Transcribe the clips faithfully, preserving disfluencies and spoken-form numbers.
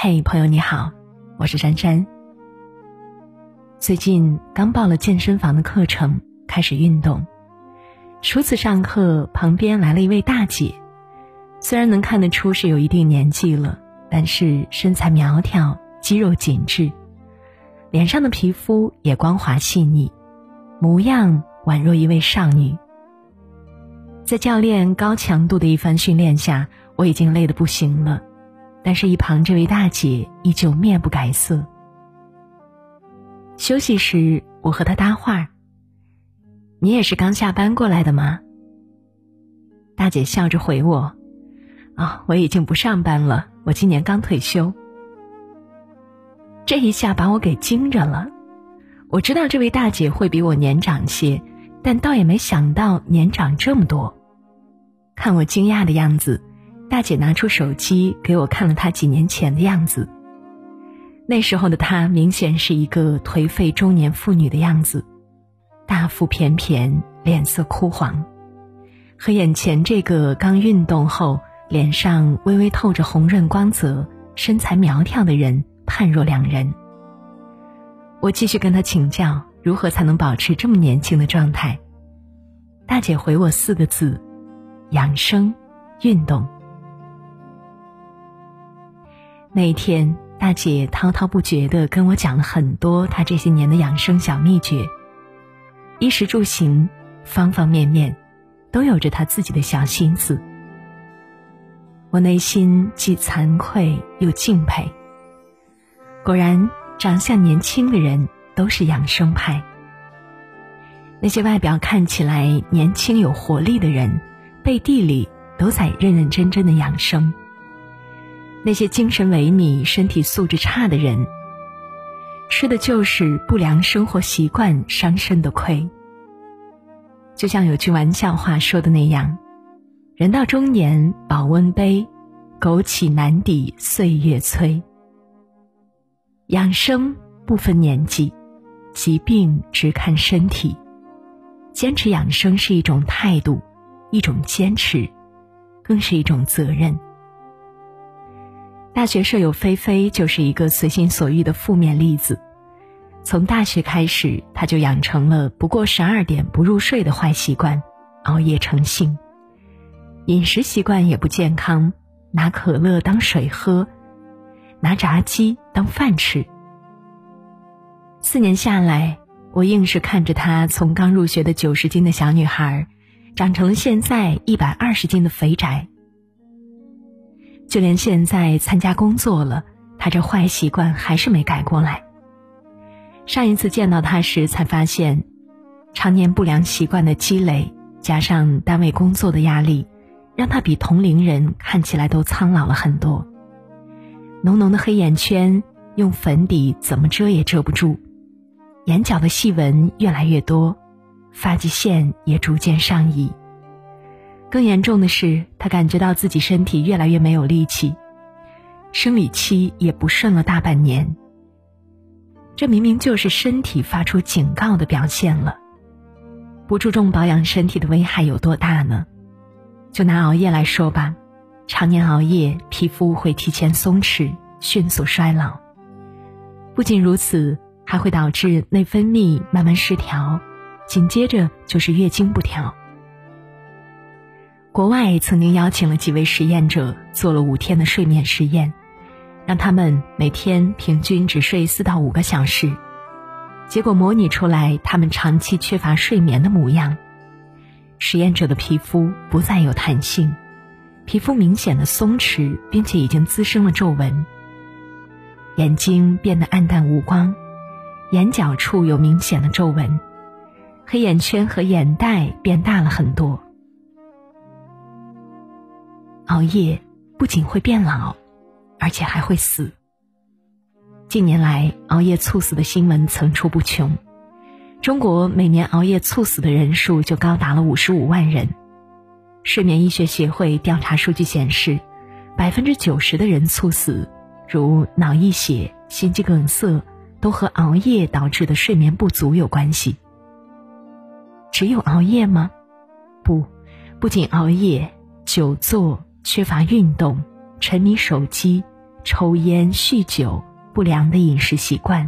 嘿，朋友你好，我是珊珊。最近刚报了健身房的课程，开始运动。初次上课，旁边来了一位大姐，虽然能看得出是有一定年纪了，但是身材苗条，肌肉紧致，脸上的皮肤也光滑细腻，模样宛若一位少女。在教练高强度的一番训练下，我已经累得不行了，但是一旁这位大姐依旧面不改色。休息时，我和她搭话：“你也是刚下班过来的吗？”大姐笑着回我：“啊、哦，我已经不上班了，我今年刚退休。”这一下把我给惊着了。我知道这位大姐会比我年长些，但倒也没想到年长这么多。看我惊讶的样子，大姐拿出手机给我看了她几年前的样子。那时候的她明显是一个颓废中年妇女的样子，大腹便便，脸色枯黄，和眼前这个刚运动后脸上微微透着红润光泽，身材苗条的人判若两人。我继续跟她请教如何才能保持这么年轻的状态。大姐回我四个字：养生运动。那一天，大姐滔滔不绝地跟我讲了很多她这些年的养生小秘诀，衣食住行方方面面都有着她自己的小心思。我内心既惭愧又敬佩，果然长相年轻的人都是养生派。那些外表看起来年轻有活力的人，背地里都在认认真真的养生。那些精神萎靡、身体素质差的人，吃的就是不良生活习惯伤身的亏。就像有句玩笑话说的那样，人到中年保温杯，枸杞难抵岁月催。养生不分年纪，疾病只看身体。坚持养生是一种态度，一种坚持，更是一种责任。大学舍友菲菲就是一个随心所欲的负面例子。从大学开始，她就养成了不过十二点不入睡的坏习惯，熬夜成性。饮食习惯也不健康，拿可乐当水喝，拿炸鸡当饭吃。四年下来，我硬是看着她从刚入学的九十斤的小女孩，长成了现在一百二十斤的肥宅。就连现在参加工作了，她这坏习惯还是没改过来。上一次见到她时才发现，常年不良习惯的积累，加上单位工作的压力，让她比同龄人看起来都苍老了很多。浓浓的黑眼圈用粉底怎么遮也遮不住，眼角的细纹越来越多，发际线也逐渐上移。更严重的是，她感觉到自己身体越来越没有力气，生理期也不顺了大半年。这明明就是身体发出警告的表现了。不注重保养身体的危害有多大呢？就拿熬夜来说吧，常年熬夜，皮肤会提前松弛，迅速衰老。不仅如此，还会导致内分泌慢慢失调，紧接着就是月经不调。国外曾经邀请了几位实验者做了五天的睡眠实验，让他们每天平均只睡四到五个小时，结果模拟出来他们长期缺乏睡眠的模样。实验者的皮肤不再有弹性，皮肤明显的松弛，并且已经滋生了皱纹，眼睛变得暗淡无光，眼角处有明显的皱纹，黑眼圈和眼袋变大了很多。熬夜不仅会变老，而且还会死。近年来，熬夜猝死的新闻层出不穷，中国每年熬夜猝死的人数就高达了五十五万人。睡眠医学协会调查数据显示，百分之九十的人猝死，如脑溢血、心肌梗塞，都和熬夜导致的睡眠不足有关系。只有熬夜吗？不，不仅熬夜，久坐、缺乏运动、沉迷手机、 抽烟、酗酒、不良的饮食习惯。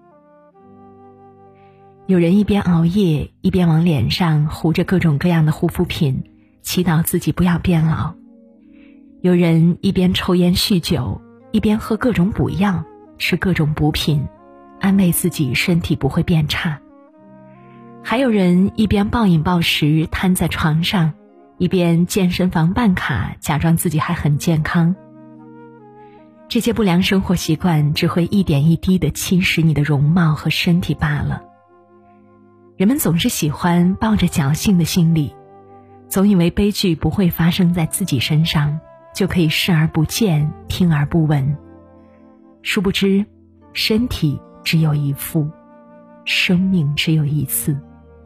有人一边熬夜，一边往脸上糊着各种各样的护肤品，祈祷自己不要变老。有人一边抽烟酗酒，一边喝各种补药，吃各种补品，安慰自己身体不会变差。还有人一边暴饮暴食瘫在床上，一边健身房办卡，假装自己还很健康。这些不良生活习惯只会一点一滴地侵蚀你的容貌和身体罢了。人们总是喜欢抱着侥幸的心理，总以为悲剧不会发生在自己身上，就可以视而不见，听而不闻。殊不知，身体只有一副，生命只有一次。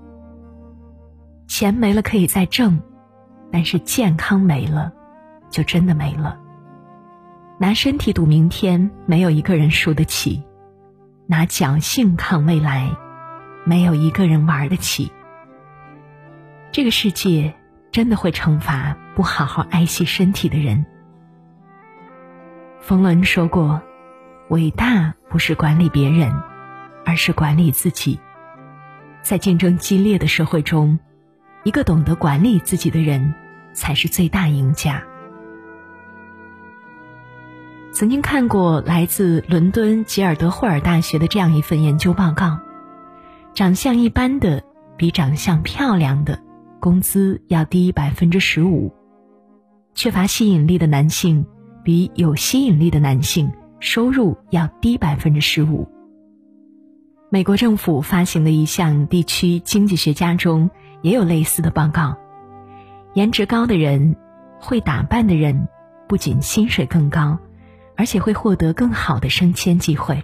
钱没了可以再挣，但是健康没了，就真的没了。拿身体赌明天，没有一个人输得起；拿侥幸抗未来，没有一个人玩得起。这个世界真的会惩罚不好好爱惜身体的人。冯仑说过，伟大不是管理别人，而是管理自己。在竞争激烈的社会中，一个懂得管理自己的人才是最大赢家。曾经看过来自伦敦吉尔德霍尔大学的这样一份研究报告，长相一般的比长相漂亮的工资要低 百分之十五， 缺乏吸引力的男性比有吸引力的男性收入要低 百分之十五。 美国政府发行的一项地区经济学家中也有类似的报告，颜值高的人、会打扮的人不仅薪水更高，而且会获得更好的升迁机会。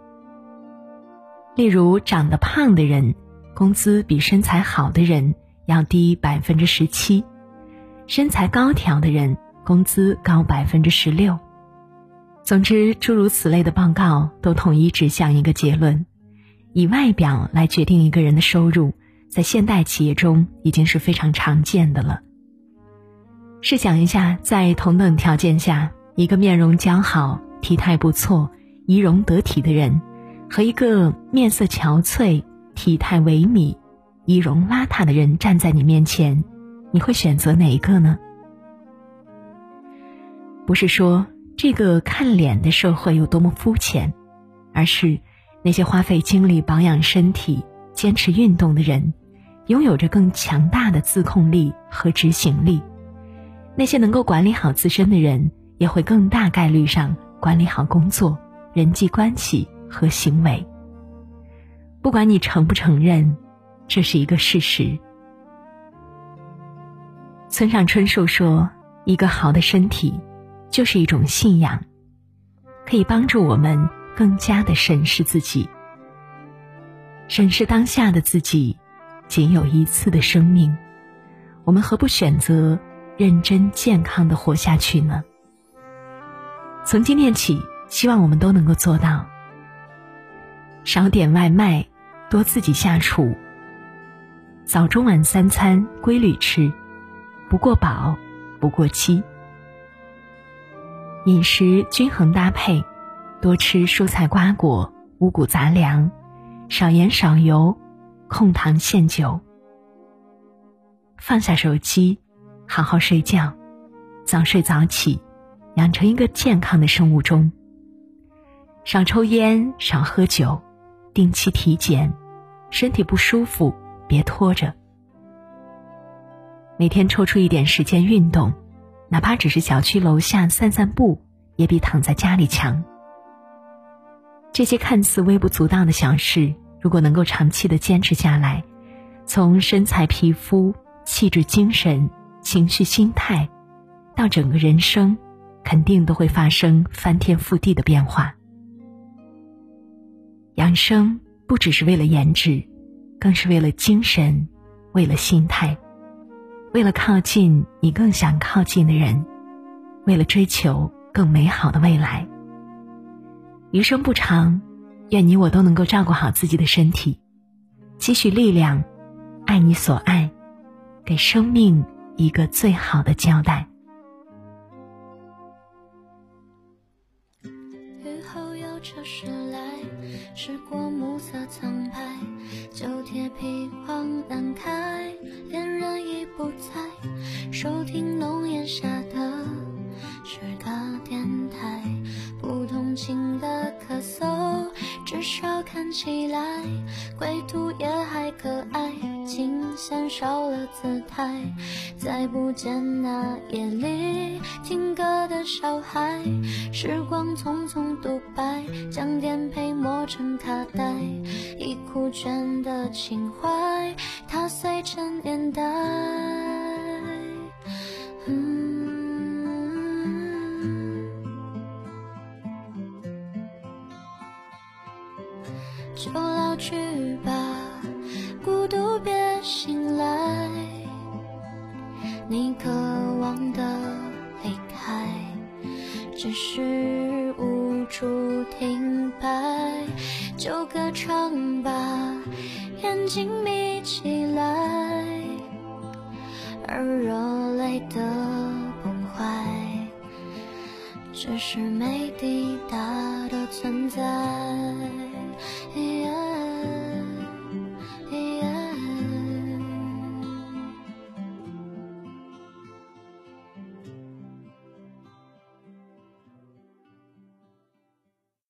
例如，长得胖的人工资比身材好的人要低 百分之十七， 身材高挑的人工资高 百分之十六。 总之，诸如此类的报告都统一指向一个结论：以外表来决定一个人的收入，在现代企业中已经是非常常见的了。试想一下，在同等条件下，一个面容姣好、体态不错、仪容得体的人，和一个面色憔悴、体态萎靡、仪容邋遢的人站在你面前，你会选择哪一个呢？不是说这个看脸的社会有多么肤浅，而是那些花费精力保养身体、坚持运动的人，拥有着更强大的自控力和执行力。那些能够管理好自身的人，也会更大概率上管理好工作、人际关系和行为。不管你承不承认，这是一个事实。村上春树说，一个好的身体就是一种信仰，可以帮助我们更加地审视自己。审视当下的自己，仅有一次的生命，我们何不选择认真健康地活下去呢？从今天起，希望我们都能够做到：少点外卖，多自己下厨；早中晚三餐规律吃，不过饱，不过饥；饮食均衡搭配，多吃蔬菜瓜果、五谷杂粮，少盐少油，控糖限酒；放下手机，好好睡觉，早睡早起，养成一个健康的生物钟；少抽烟，少喝酒，定期体检，身体不舒服别拖着；每天抽出一点时间运动，哪怕只是小区楼下散散步，也比躺在家里强。这些看似微不足道的小事，如果能够长期的坚持下来，从身材皮肤、气质精神、情绪心态到整个人生，肯定都会发生翻天覆地的变化。养生不只是为了颜值，更是为了精神，为了心态，为了靠近你更想靠近的人，为了追求更美好的未来。余生不长，愿你我都能够照顾好自己的身体，积蓄力量，爱你所爱，给生命一个最好的交代。 时过暮色苍白，旧铁皮荒难开，恋人已不在，收听浓烟下的是个电台，不同情的咳嗽，至少看起来归途也还可爱，琴弦少了姿态，再不见那夜里听歌的小孩，时光匆匆独白，将颠沛磨成卡带，已枯卷的情怀踏碎成年代。嗯，就老去吧，孤独别醒来，你渴望的离开，只是无处停摆，就歌唱吧，眼睛眯起来，而热泪的崩坏，只是没抵达的存在。